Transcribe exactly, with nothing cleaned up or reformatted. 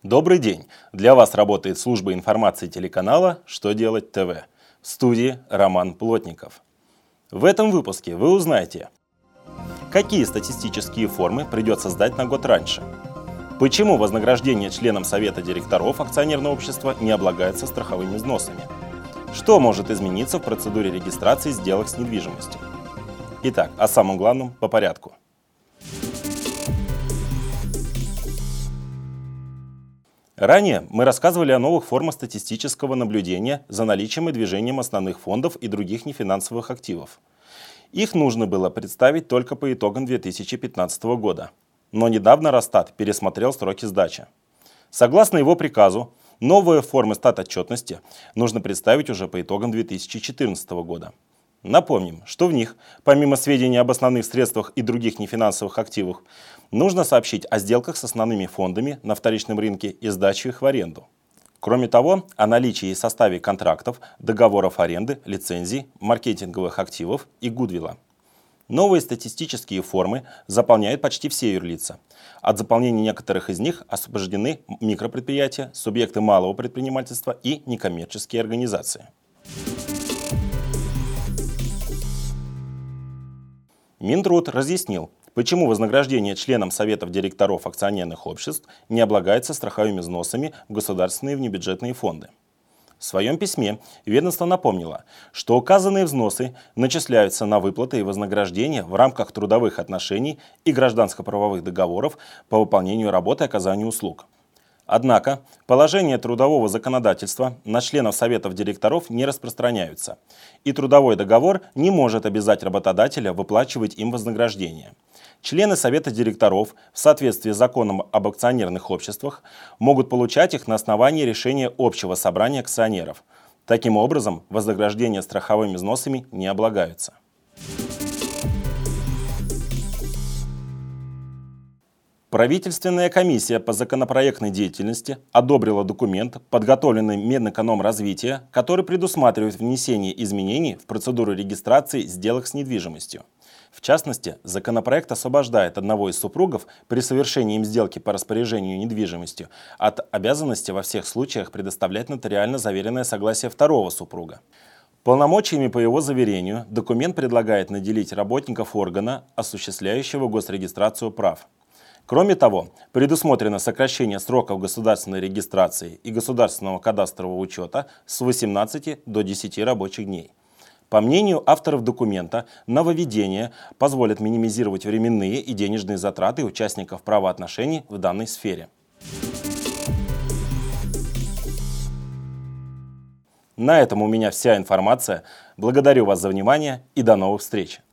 Добрый день! Для вас работает служба информации телеканала «Что делать ТВ». В студии Роман Плотников. В этом выпуске вы узнаете, какие статистические формы придется сдать на год раньше, почему вознаграждение членам совета директоров акционерного общества не облагается страховыми взносами, что может измениться в процедуре регистрации сделок с недвижимостью. Итак, о самом главном по порядку. Ранее мы рассказывали о новых формах статистического наблюдения за наличием и движением основных фондов и других нефинансовых активов. Их нужно было представить только по итогам две тысячи пятнадцатого года, но недавно Росстат пересмотрел сроки сдачи. Согласно его приказу, новые формы статотчетности нужно представить уже по итогам две тысячи четырнадцатого года. Напомним, что в них, помимо сведений об основных средствах и других нефинансовых активах, нужно сообщить о сделках с основными фондами на вторичном рынке и сдаче их в аренду. Кроме того, о наличии и составе контрактов, договоров аренды, лицензий, маркетинговых активов и гудвилла. Новые статистические формы заполняют почти все юрлица. От заполнения некоторых из них освобождены микропредприятия, субъекты малого предпринимательства и некоммерческие организации. Минтруд разъяснил, почему вознаграждение членам советов директоров акционерных обществ не облагается страховыми взносами в государственные и внебюджетные фонды. В своем письме ведомство напомнило, что указанные взносы начисляются на выплаты и вознаграждения в рамках трудовых отношений и гражданско-правовых договоров по выполнению работы и оказанию услуг. Однако положения трудового законодательства на членов советов директоров не распространяются, и трудовой договор не может обязать работодателя выплачивать им вознаграждение. Члены совета директоров в соответствии с законом об акционерных обществах могут получать их на основании решения общего собрания акционеров. Таким образом, вознаграждения страховыми взносами не облагаются. Правительственная комиссия по законопроектной деятельности одобрила документ, подготовленный Минэкономразвития, который предусматривает внесение изменений в процедуру регистрации сделок с недвижимостью. В частности, законопроект освобождает одного из супругов при совершении им сделки по распоряжению недвижимостью от обязанности во всех случаях предоставлять нотариально заверенное согласие второго супруга. Полномочиями по его заверению документ предлагает наделить работников органа, осуществляющего госрегистрацию прав. Кроме того, предусмотрено сокращение сроков государственной регистрации и государственного кадастрового учета с восемнадцати до десяти рабочих дней. По мнению авторов документа, нововведения позволят минимизировать временные и денежные затраты участников правоотношений в данной сфере. На этом у меня вся информация. Благодарю вас за внимание и до новых встреч!